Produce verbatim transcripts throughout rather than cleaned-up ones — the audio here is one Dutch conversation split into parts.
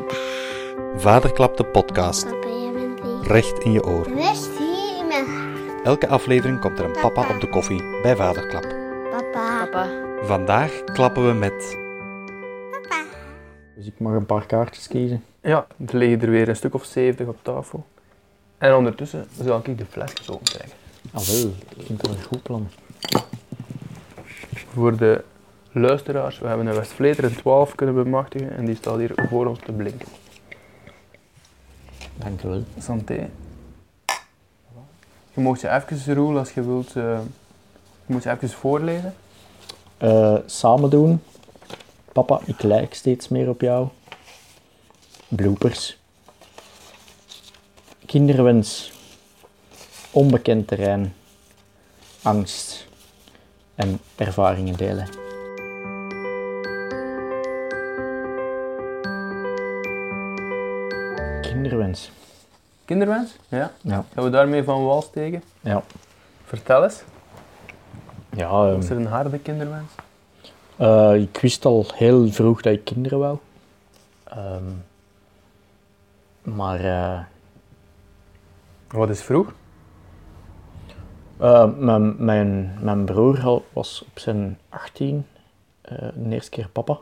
Vaderklap de podcast. Papa, jij bent lief. Recht in je oor. Rust hier in mijn hart. Elke aflevering komt er een papa op de koffie bij Vaderklap. Papa. Papa. Vandaag klappen we met... Papa. Dus ik mag een paar kaartjes kiezen. Ja, er liggen er weer een stuk of zeventig op tafel. En ondertussen zal ik de flesjes opentrekken. Ah wel, ik vind dat een goed plan. Voor de luisteraars, we hebben een Westvleteren twaalf kunnen bemachtigen en die staat hier voor ons te blinken. Dank u wel. Santé. Je mag je even, Roel, als je wilt, uh, je moet je even voorlezen. Uh, samen doen. Papa, ik lijk steeds meer op jou. Bloopers. Kinderwens. Onbekend terrein. Angst. En ervaringen delen. Kinderwens. Kinderwens? Ja. Ja. Gaan we daarmee van wal steken? Ja. Vertel eens. Ja, um, Was er een harde kinderwens? uh, ik wist al heel vroeg dat ik kinderen wou. Um, maar... Uh, Wat is vroeg? Uh, mijn, mijn, mijn broer was op zijn achttien, uh, de eerste keer papa.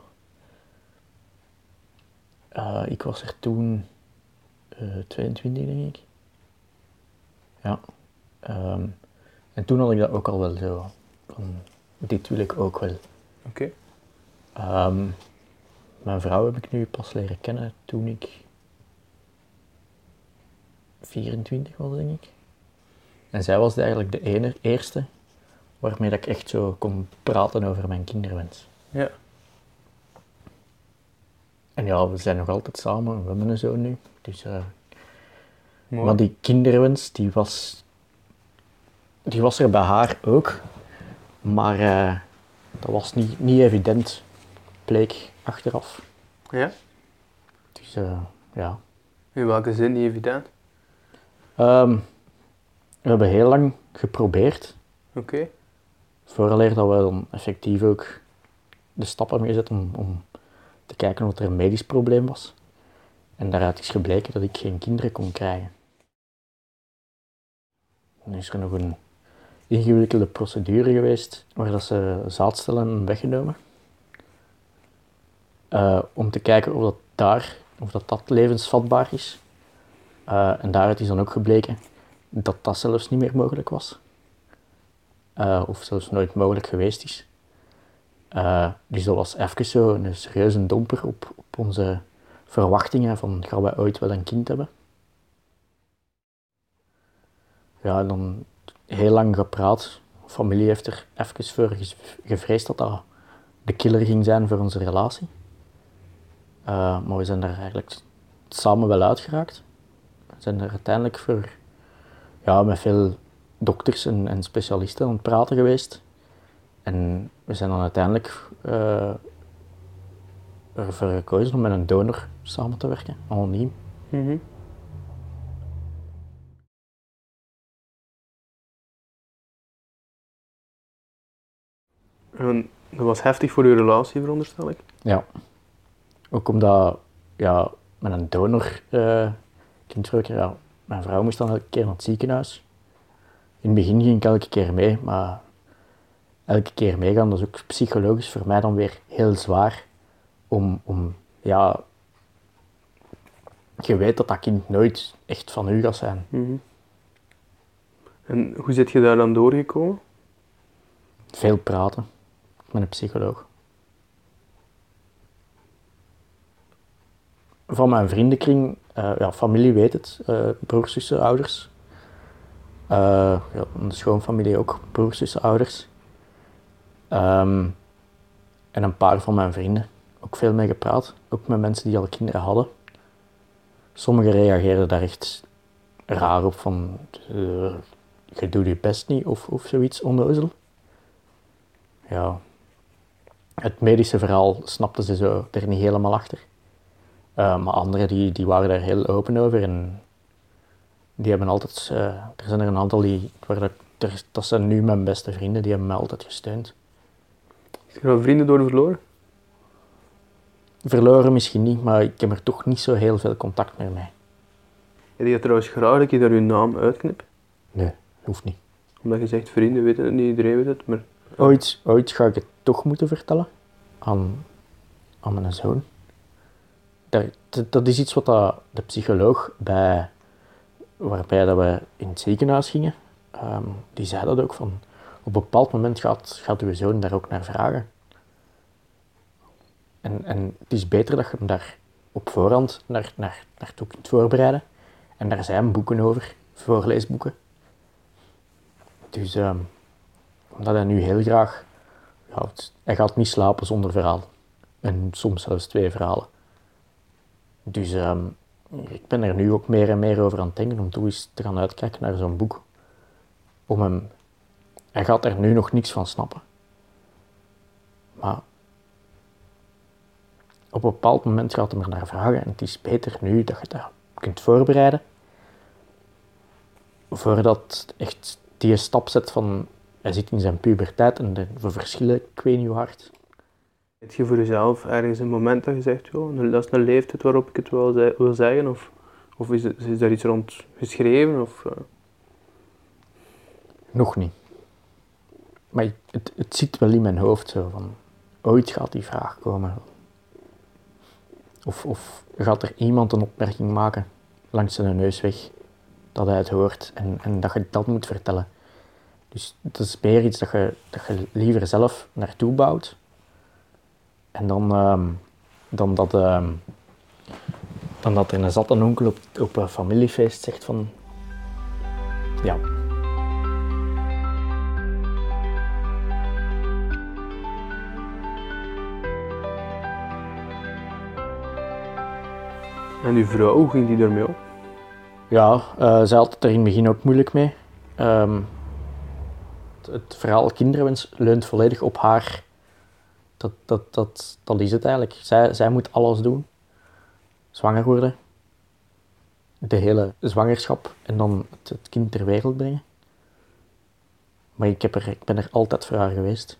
Uh, ik was er toen uh, tweeëntwintig, denk ik. Ja. Um, en toen had ik dat ook al wel zo. Van, dit wil ik ook wel. Oké. Okay. Um, mijn vrouw heb ik nu pas leren kennen toen ik vierentwintig was, denk ik. En zij was eigenlijk de ene, eerste waarmee dat ik echt zo kon praten over mijn kinderwens. Ja. En ja, we zijn nog altijd samen, we hebben een zoon nu. Dus, uh, Mooi. maar die kinderwens, die was, die was er bij haar ook. Maar uh, dat was niet, niet evident, bleek achteraf. Ja? Dus uh, ja. In welke zin niet evident? Um, we hebben heel lang geprobeerd. Oké. Okay. Vooraleer dat we dan effectief ook de stap hebben gezet om, om te kijken of er een medisch probleem was. En daaruit is gebleken dat ik geen kinderen kon krijgen. Dan is er nog een ingewikkelde procedure geweest waar dat ze zaadcellen hebben weggenomen. Uh, om te kijken of dat daar, of dat, dat levensvatbaar is. Uh, en daaruit is dan ook gebleken dat dat zelfs niet meer mogelijk was. Uh, of zelfs nooit mogelijk geweest is. Uh, dus dat was even zo een serieuze domper op, op onze verwachtingen van gaan wij ooit wel een kind hebben. Ja, en dan heel lang gepraat. De familie heeft er even voor gevreesd dat dat de killer ging zijn voor onze relatie. Uh, maar we zijn daar eigenlijk samen wel uitgeraakt. We zijn er uiteindelijk voor, ja, met veel dokters en, en specialisten aan het praten geweest. En we zijn dan uiteindelijk uh, ervoor gekozen om met een donor samen te werken, anoniem. Mm-hmm. En dat was heftig voor uw relatie, veronderstel ik? Ja. Ook omdat, ja, met een donor uh, kindverwerker, ja, mijn vrouw moest dan elke keer naar het ziekenhuis. In het begin ging ik elke keer mee, maar elke keer meegaan, dat is ook psychologisch voor mij dan weer heel zwaar. Om, om ja, je weet dat dat kind nooit echt van u gaat zijn. Mm-hmm. En hoe zit je daar dan doorgekomen? Veel praten met een psycholoog. Van mijn vriendenkring, uh, ja, familie weet het, uh, broers, zussen, ouders. Uh, ja, de schoonfamilie ook, broers, zussen, ouders. Um, en een paar van mijn vrienden, ook veel mee gepraat, ook met mensen die al kinderen hadden. Sommigen reageerden daar echt raar op van, uh, je doet je best niet of, of zoiets onnozel. Ja, het medische verhaal snapten ze zo er niet helemaal achter. Uh, maar anderen die, die waren daar heel open over en die hebben altijd, uh, er zijn er een aantal die, waar dat, er, dat zijn nu mijn beste vrienden, die hebben mij altijd gesteund. Is je er al vrienden door verloren? verloren misschien niet, maar ik heb er toch niet zo heel veel contact meer mee. Heb je trouwens graag dat je daar je naam uitknipt? Nee, hoeft niet. Omdat je zegt, vrienden weten het niet, iedereen weet het, maar... Ooit, ooit ga ik het toch moeten vertellen aan, aan mijn zoon. Dat, dat is iets wat dat de psycholoog bij, waarbij dat we in het ziekenhuis gingen, um, die zei dat ook van, op een bepaald moment gaat, gaat uw zoon daar ook naar vragen. En, en het is beter dat je hem daar op voorhand naar, naar, naartoe kunt voorbereiden. En daar zijn boeken over, voorleesboeken. Dus um, omdat hij nu heel graag, ja, het, hij gaat niet slapen zonder verhaal. En soms zelfs twee verhalen. Dus um, ik ben er nu ook meer en meer over aan het denken om toe eens te gaan uitkijken naar zo'n boek. Om hem, hij gaat er nu nog niks van snappen. Maar op een bepaald moment gaat hij er naar vragen en het is beter nu dat je dat kunt voorbereiden. Voordat echt die stap zet van, hij zit in zijn puberteit en de verschillen, ik weet niet hoe hard. Heb je voor jezelf ergens een moment dat je zegt, joh, dat is een leeftijd waarop ik het wel ze- wil zeggen? Of, of is, het, is daar iets rond geschreven? Of, uh... Nog niet. Maar het, het zit wel in mijn hoofd zo van, ooit gaat die vraag komen. Of, of gaat er iemand een opmerking maken langs zijn neusweg, dat hij het hoort en, en dat je dat moet vertellen. Dus het is meer iets dat je, dat je liever zelf naartoe bouwt. En dan, um, dan, dat, um, dan dat er een zatte onkel op, op een familiefeest zegt van... Ja. En uw vrouw, hoe ging die ermee om? Ja, uh, zij had het er in het begin ook moeilijk mee. Um, het, het verhaal kinderwens leunt volledig op haar. Dat, dat, dat, dat is het eigenlijk. Zij, zij moet alles doen. Zwanger worden. De hele zwangerschap en dan het, het kind ter wereld brengen. Maar ik, heb er, ik ben er altijd voor haar geweest.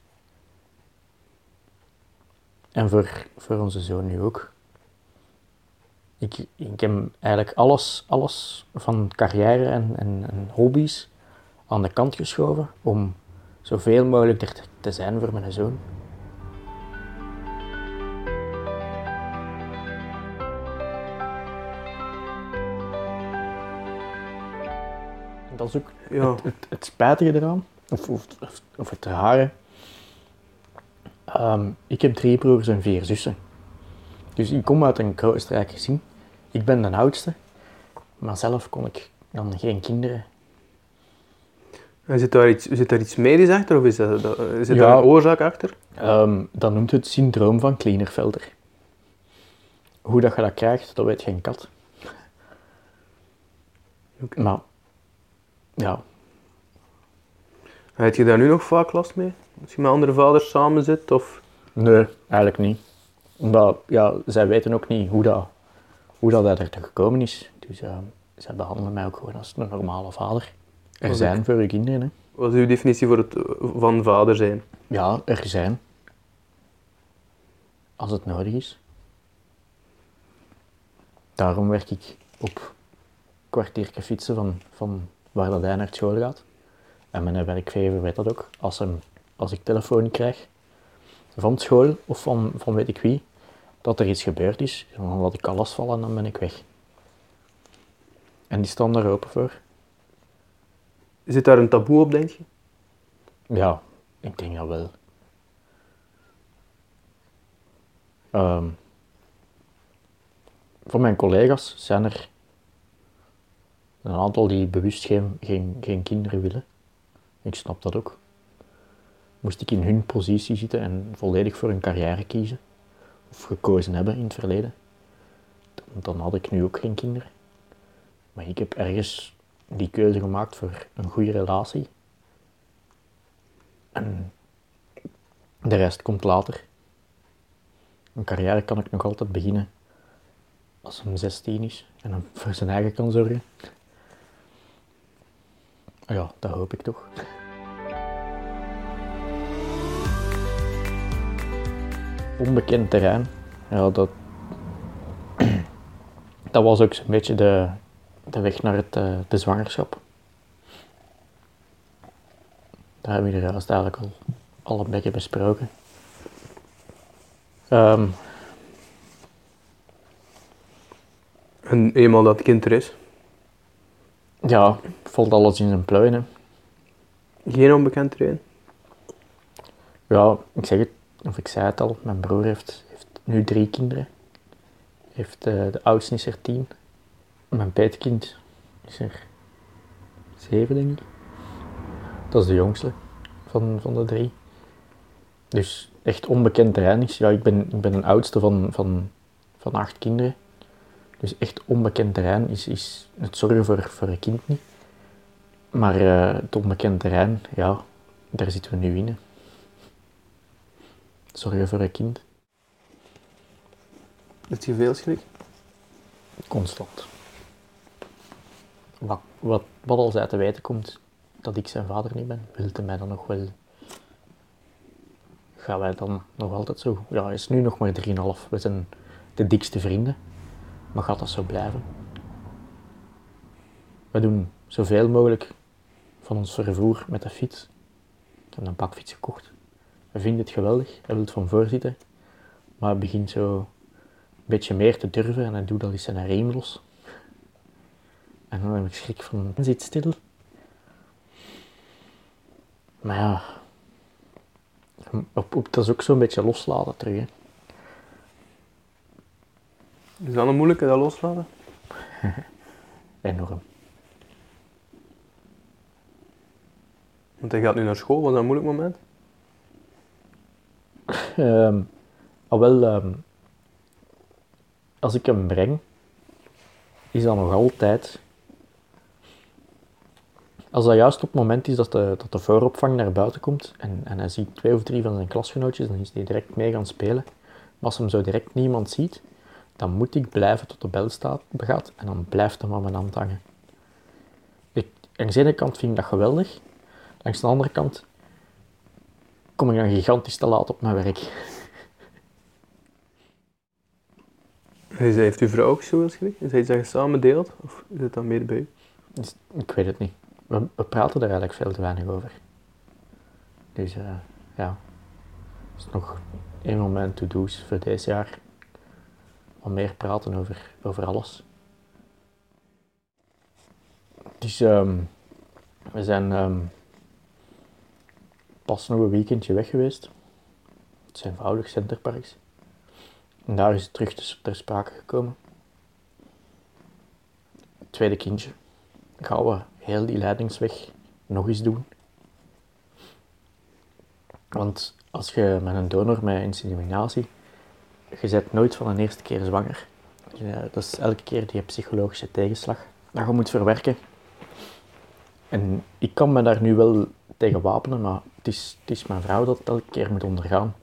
En voor, voor onze zoon nu ook. Ik, ik heb eigenlijk alles, alles van carrière en, en, en hobby's aan de kant geschoven om zoveel mogelijk er te, te zijn voor mijn zoon. En dat is ook Ja. het, het, het spijtige eraan, of, of, of het rare. Um, ik heb drie broers en vier zussen. Dus ik kom uit een kroostrijk gezin. Ik ben de oudste, maar zelf kon ik dan geen kinderen. En zit daar iets, zit daar iets medisch achter of is dat, dat, zit Ja. daar een oorzaak achter? Um, dat noemt het syndroom van Klinefelter. Hoe dat je dat krijgt, dat weet geen kat. Okay. Maar, ja. Heb je daar nu nog vaak last mee? Als je met andere vaders samen zit? Of... Nee, eigenlijk niet. Omdat, ja, zij weten ook niet hoe dat, hoe dat er te gekomen is. Dus uh, zij behandelen mij ook gewoon als een normale vader. Er Wat zijn ik- voor je kinderen, hè. Wat is uw definitie voor het, van vader zijn? Ja, er zijn. Als het nodig is. Daarom werk ik op een kwartiertje fietsen van, van waar dat hij naar school gaat. En mijn werkgever weet dat ook. Als, hem, als ik telefoon krijg van school of van, van weet ik wie, dat er iets gebeurd is, dan laat ik alles vallen en dan ben ik weg. En die staan daar open voor. Zit daar een taboe op, denk je? Ja, ik denk dat wel. Um, van mijn collega's zijn er een aantal die bewust geen, geen, geen kinderen willen. Ik snap dat ook. Moest ik in hun positie zitten en volledig voor een carrière kiezen, of gekozen hebben in het verleden, dan, dan had ik nu ook geen kinderen. Maar ik heb ergens die keuze gemaakt voor een goede relatie. En de rest komt later. Een carrière kan ik nog altijd beginnen als hij zestien is en hem voor zijn eigen kan zorgen. Ja, dat hoop ik toch. Onbekend terrein. ja, dat, dat was ook zo'n beetje de, de weg naar het, uh, de zwangerschap. Daar hebben we er juist eigenlijk al, al een beetje besproken. Um, En eenmaal dat kind er is? Ja, valt alles in zijn pluim. Hè. Geen onbekend terrein? Ja, ik zeg het, of ik zei het al, mijn broer heeft, heeft nu drie kinderen. Heeft, uh, de oudste is er tien. Mijn peetkind is er zeven, denk ik. Dat is de jongste van, van de drie. Dus echt onbekend terrein is. Ja, ik ben, ik ben een oudste van, van, van acht kinderen. Dus echt onbekend terrein is, is het zorgen voor, voor een kind niet. Maar uh, het onbekend terrein, ja, daar zitten we nu in. Hè. Zorgen voor een kind. Heb je veel schrik? Constant. Wat, wat, wat als hij te weten komt dat ik zijn vader niet ben, wil hij mij dan nog wel... Gaan wij dan nog altijd zo... Ja, hij is nu nog maar drieënhalf. We zijn de dikste vrienden. Maar gaat dat zo blijven? We doen zoveel mogelijk van ons vervoer met de fiets. Ik heb een bakfiets gekocht. Hij vindt het geweldig. Hij wil van voor zitten. Maar hij begint zo een beetje meer te durven en hij doet al eens zijn riem los. En dan heb ik schrik van, zit stil. Maar ja, op, op, dat is ook zo'n beetje loslaten terug. Hè. Is dat een moeilijke, dat loslaten? Enorm. Want hij gaat nu naar school, was dat een moeilijk moment? Um, al wel, um, als ik hem breng, is dat nog altijd... Als dat juist op het moment is dat de, dat de vooropvang naar buiten komt en, en hij ziet twee of drie van zijn klasgenootjes, dan is hij direct mee gaan spelen. Maar als hem zo direct niemand ziet, dan moet ik blijven tot de bel staat, gaat en dan blijft hem aan mijn hand hangen. Ik, aan de ene kant vind ik dat geweldig, langs de andere kant kom ik dan gigantisch te laat op mijn werk. Heeft uw vrouw ook zoveel schrik? Is dat iets dat je samen deelt? Of is het dan meer bij u? Dus, ik weet het niet. We, we praten er eigenlijk veel te weinig over. Dus uh, ja, het is nog één moment to-do's voor deze jaar. Om meer praten over, over alles. Dus um, we zijn um, pas nog een weekendje weg geweest. Het is eenvoudig Centerparks. En daar is het terug ter, ter sprake gekomen. Het tweede kindje. Gaan we heel die leidingsweg nog eens doen. Want als je met een donor met inseminatie, je bent nooit van de eerste keer zwanger. Ja, dat is elke keer die psychologische tegenslag dat je moet verwerken. En ik kan me daar nu wel tegen wapenen, maar het is, het is mijn vrouw dat het elke keer moet ondergaan.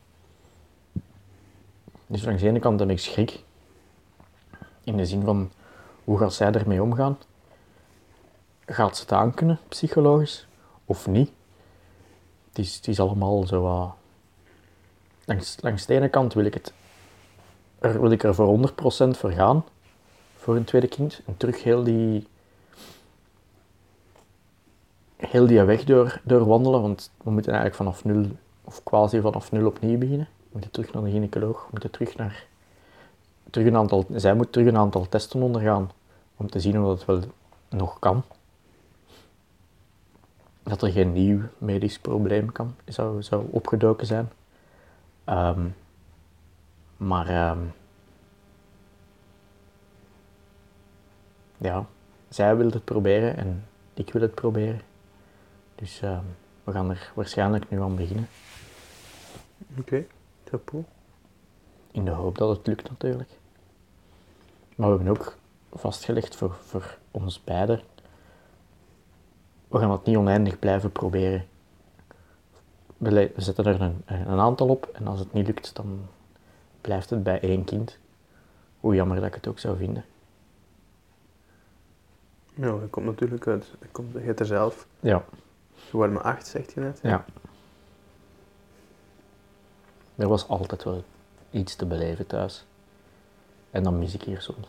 Dus langs de ene kant heb ik schrik. In de zin van, hoe gaat zij ermee omgaan? Gaat ze het aankunnen, psychologisch, of niet? Het is, het is allemaal zo... Uh, langs, langs de ene kant wil ik, het, er, wil ik er voor honderd procent voor gaan, voor een tweede kind, en terug heel die... heel die weg door, doorwandelen, want we moeten eigenlijk vanaf nul, of quasi vanaf nul opnieuw beginnen. We moeten terug naar de gynaecoloog, we moeten terug naar... Terug een aantal, zij moet terug een aantal testen ondergaan, om te zien of dat wel nog kan. Dat er geen nieuw medisch probleem kan, zou, zou opgedoken zijn. Um, maar um, ja, zij wil het proberen en ik wil het proberen. Dus um, we gaan er waarschijnlijk nu aan beginnen. Oké, okay. Chapeau. In de hoop dat het lukt natuurlijk. Maar we hebben ook vastgelegd voor, voor ons beiden. We gaan het niet oneindig blijven proberen. We zetten er een, een aantal op en als het niet lukt, dan blijft het bij één kind. Hoe jammer dat ik het ook zou vinden. Ja, dat komt natuurlijk uit. Dat komt, je hebt er zelf. Ja. Je wordt maar acht, zegt je net. Ja. Er was altijd wel iets te beleven thuis. En dan mis ik hier soms.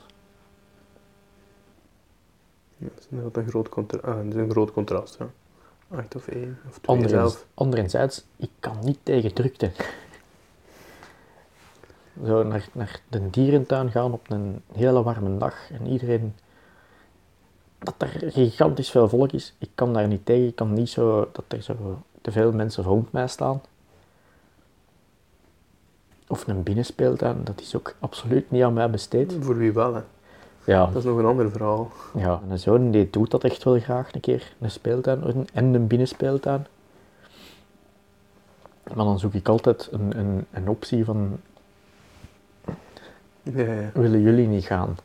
Ja, dat is inderdaad een groot, contra- ah, dat is een groot contrast. Ja. Acht of één of twee Anderzijds, zelf. anderzijds, ik kan niet tegen drukte. Zo naar, naar de dierentuin gaan op een hele warme dag en iedereen... Dat er gigantisch veel volk is, ik kan daar niet tegen. Ik kan niet zo dat er zo te veel mensen rond mij staan. Of een binnenspeeltuin, dat is ook absoluut niet aan mij besteed. Voor wie wel, hè. Ja, Dat is nog een ander verhaal. ja, mijn zoon die doet dat echt wel graag een keer, een speeltuin en een binnenspeeltuin. Maar dan zoek ik altijd een, een, een optie van, Ja, ja. willen jullie niet gaan?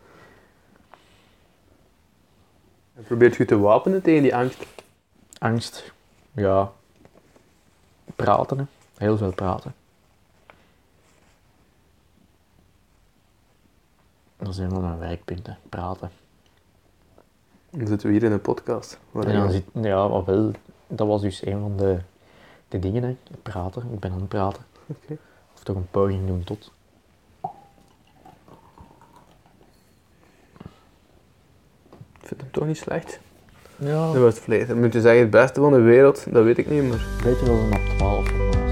En probeert je te wapenen tegen die angst? Angst, ja, praten, hè. Heel veel praten. Dat is een van mijn werkpunten, praten. Dan zitten we hier in een podcast. Waar En dan je- zit, ja, maar wel, dat was dus een van de, de dingen, hè. Praten, ik ben aan het praten. Oké. Of toch een poging doen tot. Ik vind hem toch niet slecht. Ja, Dat was het vlees. Dan moet je zeggen het beste van de wereld, dat weet ik niet, maar... beter dan een op twaalf van Maas.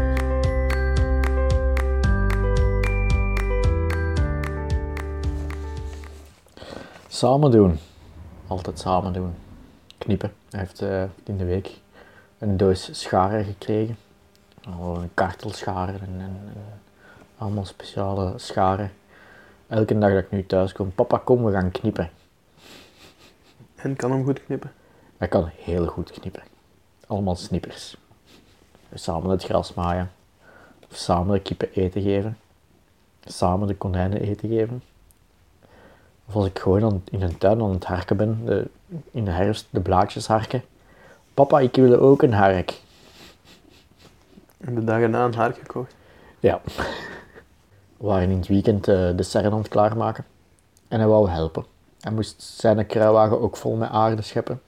Samen doen. Altijd samen doen. Knippen. Hij heeft uh, in de week een doos scharen gekregen. Oh, een kartelscharen en, en, en allemaal speciale scharen. Elke dag dat ik nu thuis kom, papa kom, we gaan knippen. En kan hem goed knippen. Hij kan heel goed knippen. Allemaal snippers. Samen het gras maaien. Of samen de kippen eten geven. Samen de konijnen eten geven. Of als ik gewoon aan, in een tuin aan het harken ben, de, in de herfst de blaadjes harken. Papa, ik wil ook een hark. En de dag erna een haar gekocht. Ja. We waren in het weekend uh, de serre aan het klaarmaken. En hij wou helpen. Hij moest zijn kruiwagen ook vol met aarde scheppen.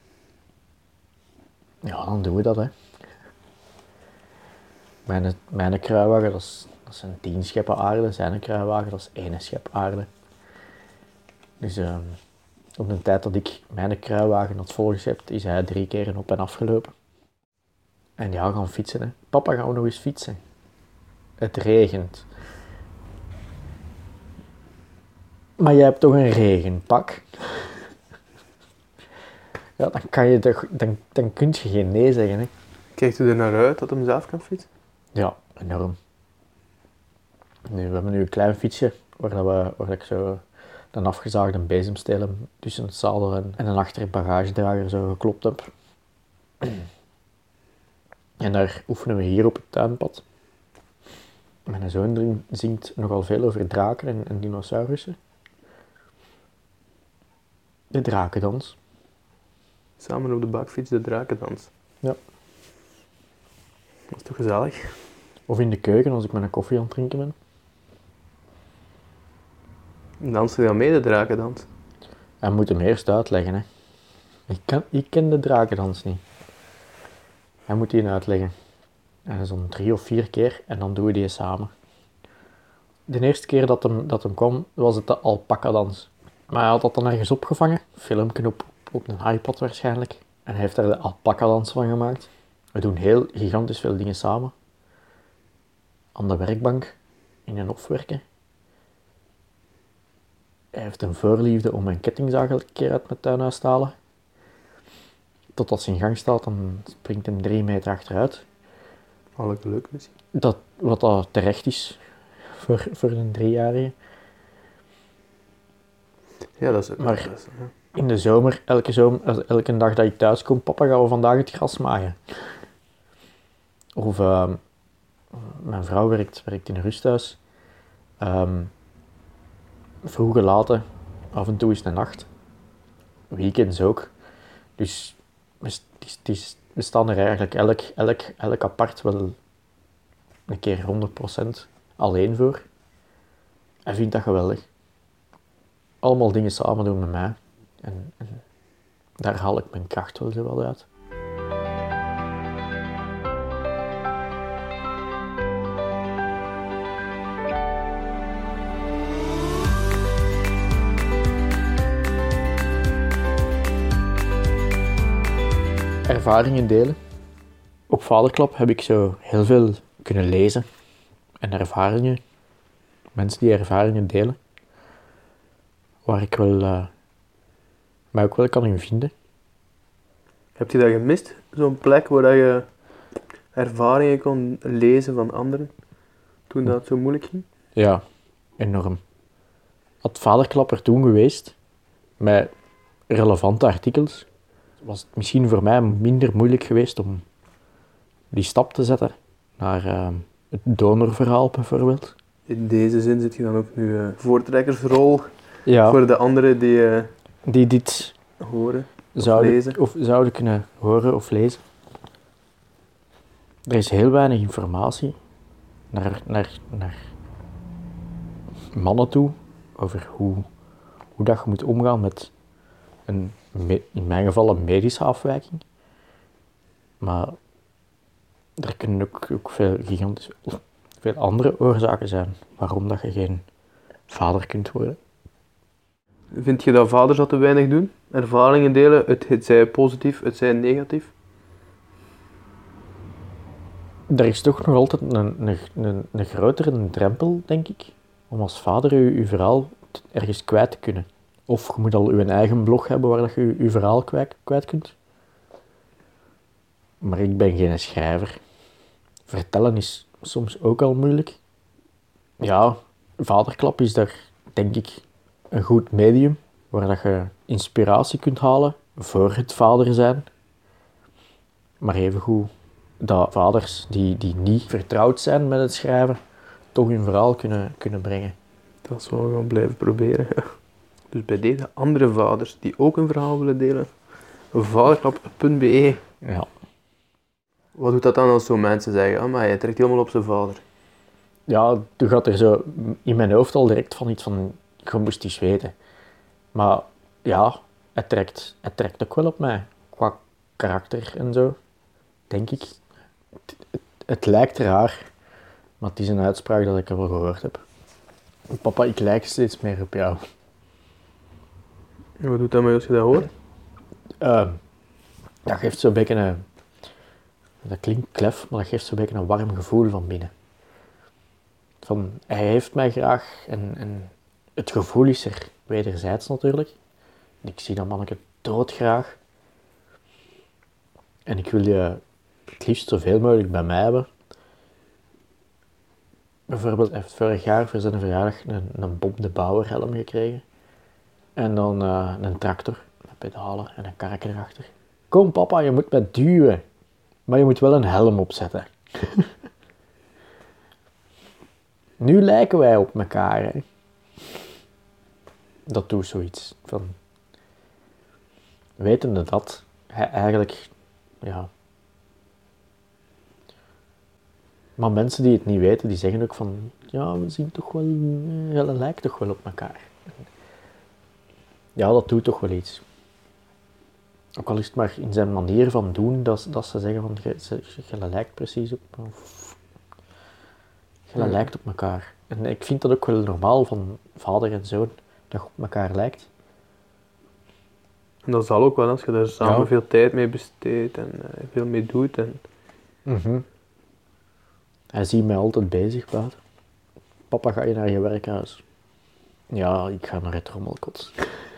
Ja, dan doen we dat, hè. Mijn, mijn kruiwagen, dat, is, dat zijn tien scheppen aarde. Zijn kruiwagen, dat is één schep aarde. Dus uh, op de tijd dat ik mijn kruiwagen had volgeschept, is hij drie keer op en afgelopen. En ja, gaan fietsen, hè. Papa, gaan we nog eens fietsen? Het regent. Maar jij hebt toch een regenpak? Ja, dan kan je toch, dan, dan kun je geen nee zeggen, hè. Kijkt u er naar uit dat hem zelf kan fietsen? Ja, enorm. Nu, we hebben nu een klein fietsje, waar, dat we, waar ik zo een afgezaagde bezemsteel tussen het zadel en, en een achterbagagedrager zo geklopt heb. En daar oefenen we hier op het tuinpad. Mijn zoon zingt nogal veel over draken en, en dinosaurussen. De drakendans. Samen op de bakfiets de drakendans. Ja. Dat is toch gezellig? Of in de keuken als ik mijn koffie aan het drinken ben. Dansen we dan mee de drakendans? Hij moet hem eerst uitleggen, hè. Ik, kan, ik ken de drakendans niet. Hij moet die uitleggen. En dat is om drie of vier keer en dan doen we die samen. De eerste keer dat hem, dat hem kwam, was het de alpaca-dans. Maar hij had dat dan ergens opgevangen. Filmpje op, op een iPad waarschijnlijk. En hij heeft daar de alpaca-dans van gemaakt. We doen heel gigantisch veel dingen samen. Aan de werkbank, in een hof werken. Hij heeft een voorliefde om mijn kettingzaag elke keer uit mijn tuinhuis te halen. Totdat ze in gang staat, dan springt hij drie meter achteruit. Alle geluk misschien. Dat, wat dat terecht is voor, voor een driejarige. Ja, dat is ook Maar- dat is- ja. In de zomer, elke, zomer, elke dag dat ik thuis kom, papa, gaan we vandaag het gras maaien. Of uh, mijn vrouw werkt, werkt in een rusthuis. Um, vroege laten, af en toe is het een nacht. Weekends ook. Dus we, st- het is- het is- we staan er eigenlijk elk, elk, elk apart wel een keer honderd procent alleen voor. Hij vindt dat geweldig. Allemaal dingen samen doen met mij. En, en daar haal ik mijn kracht wel zo wel uit. ervaringen delen. Op Vaderklap heb ik zo heel veel kunnen lezen en ervaringen, mensen die ervaringen delen, waar ik wel, uh, mij ook wel kan in vinden. Heb je dat gemist? Zo'n plek waar je ervaringen kon lezen van anderen, toen dat zo moeilijk ging? Ja, enorm. Had Vaderklap er toen geweest, met relevante artikels, was het misschien voor mij minder moeilijk geweest om die stap te zetten naar uh, het donorverhaal bijvoorbeeld. In deze zin zit je dan ook nu uh, voortrekkersrol Ja, voor de anderen die uh, die dit horen of zouden, lezen. of zouden kunnen horen of lezen. Er is heel weinig informatie naar, naar, naar mannen toe over hoe, hoe dat je moet omgaan met een, in mijn geval een medische afwijking. Maar er kunnen ook, ook veel gigantisch veel andere oorzaken zijn waarom dat je geen vader kunt worden. Vind je dat vaders dat te weinig doen? Ervaringen delen, het, het zij positief, het zij negatief? Er is toch nog altijd een, een, een, een grotere drempel, denk ik, om als vader je, je verhaal ergens kwijt te kunnen. Of je moet al je eigen blog hebben waar dat je je verhaal kwijt, kwijt kunt. Maar ik ben geen schrijver. Vertellen is soms ook al moeilijk. Ja, Vaderklap is daar, denk ik, een goed medium waar dat je inspiratie kunt halen voor het vader zijn. Maar evengoed dat vaders die, die niet vertrouwd zijn met het schrijven, toch hun verhaal kunnen, kunnen brengen. Dat zullen we gaan blijven proberen. Dus bij deze andere vaders die ook een verhaal willen delen, vaderklap punt b e. Ja. Wat doet dat dan als zo'n mensen zeggen, oh, maar hij trekt helemaal op zijn vader? Ja, toen gaat er zo in mijn hoofd al direct van iets van, je moest iets weten. Maar ja, het trekt, het trekt ook wel op mij, qua karakter en zo, denk ik. Het, het, het lijkt raar, maar het is een uitspraak dat ik wel gehoord heb. Papa, ik lijk steeds meer op jou. En wat doet dat met als je dat hoort? Uh, dat geeft zo'n beetje een... Dat klinkt klef, maar dat geeft zo'n beetje een warm gevoel van binnen. Van, hij heeft mij graag en, en het gevoel is er wederzijds natuurlijk. Ik zie dat manneke doodgraag. En ik wil je het liefst zoveel mogelijk bij mij hebben. Bijvoorbeeld, hij heeft vorig jaar voor zijn verjaardag een, een Bob de Bouwer helm gekregen. En dan uh, een tractor met pedalen en een karretje erachter. Kom papa, je moet me duwen. Maar je moet wel een helm opzetten. Nu lijken wij op elkaar. Hè? Dat doet zoiets van... Wetende dat, hij eigenlijk... Ja... Maar mensen die het niet weten, die zeggen ook van... Ja, we zien toch wel... Jullie lijken toch wel op elkaar. Ja, dat doet toch wel iets. Ook al is het maar in zijn manier van doen, dat, dat ze zeggen van... Jullie lijkt precies op... Jullie Ja. lijkt op elkaar. En ik vind dat ook wel normaal van vader en zoon, dat je op elkaar lijkt. En dat zal ook wel als je daar samen Ja. veel tijd mee besteedt en uh, veel mee doet. En... Mm-hmm. Hij ziet mij altijd bezig buiten. Papa, ga je naar je werkhuis? Ja, ik ga naar het rommelkots.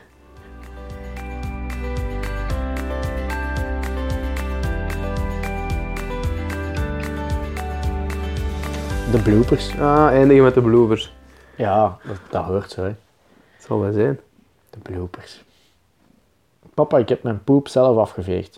De bloopers. Ah, eindigen met de bloopers. Ja, dat, dat hoort zo, hè. Dat zal wel zijn. De bloopers. Papa, ik heb mijn poep zelf afgeveegd.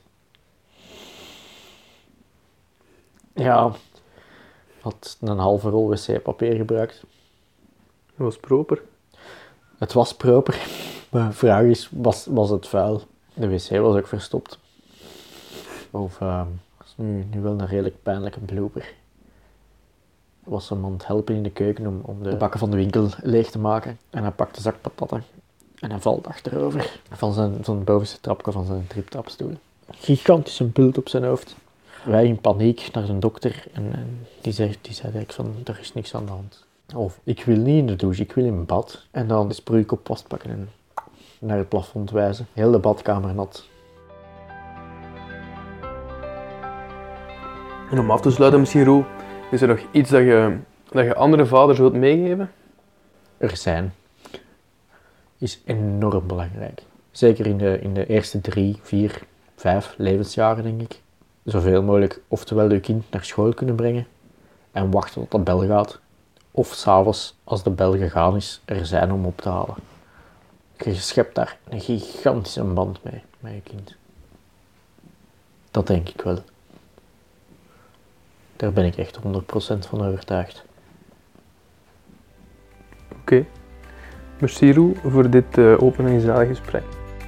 Ja, had een halve rol wc-papier gebruikt. Dat was proper. Het was proper, maar de vraag is, was, was het vuil? De wc was ook verstopt. Of, uh, dat is nu, nu wel een redelijk pijnlijke blooper. Was hem aan het helpen in de keuken om, om de bakken van de winkel leeg te maken. En hij pakt de zak patatten en hij valt achterover van, zijn, van het bovenste trapje van zijn triptrapstoel. Gigantische bult op zijn hoofd. Wij in paniek naar de dokter en, en die, zei, die zei direct van, er is niks aan de hand. Of, ik wil niet in de douche, ik wil in bad. En dan de sproeikop vastpakken en naar het plafond wijzen. Heel de badkamer nat. En om af te sluiten misschien, Roel, is er nog iets dat je, dat je andere vaders wilt meegeven? Er zijn is enorm belangrijk. Zeker in de, in de eerste drie, vier, vijf levensjaren, denk ik. Zoveel mogelijk oftewel je kind naar school kunnen brengen en wachten tot de bel gaat. Of s'avonds, als de bel gegaan is, er zijn om op te halen. Je schept daar een gigantische band mee, met je kind. Dat denk ik wel. Daar ben ik echt honderd procent van overtuigd. Oké. Okay. Merci Roel voor dit uh, open en gezellig gesprek.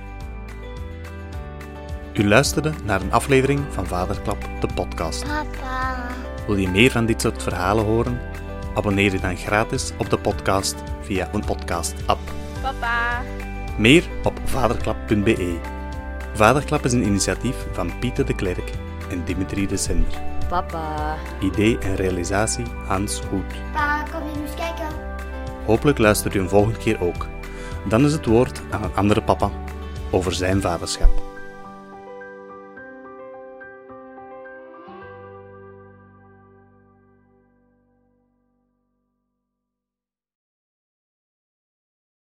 U luisterde naar een aflevering van Vaderklap, de podcast. Papa. Wil je meer van dit soort verhalen horen? Abonneer je dan gratis op de podcast via een podcast-app. Papa. Meer op vaderklap punt b e. Vaderklap is een initiatief van Pieter de Klerk en Dimitri de Sender. Papa. Idee en realisatie Hans Hoed. Pa, kom je nu eens kijken? Hopelijk luistert u een volgende keer ook. Dan is het woord aan een andere papa over zijn vaderschap.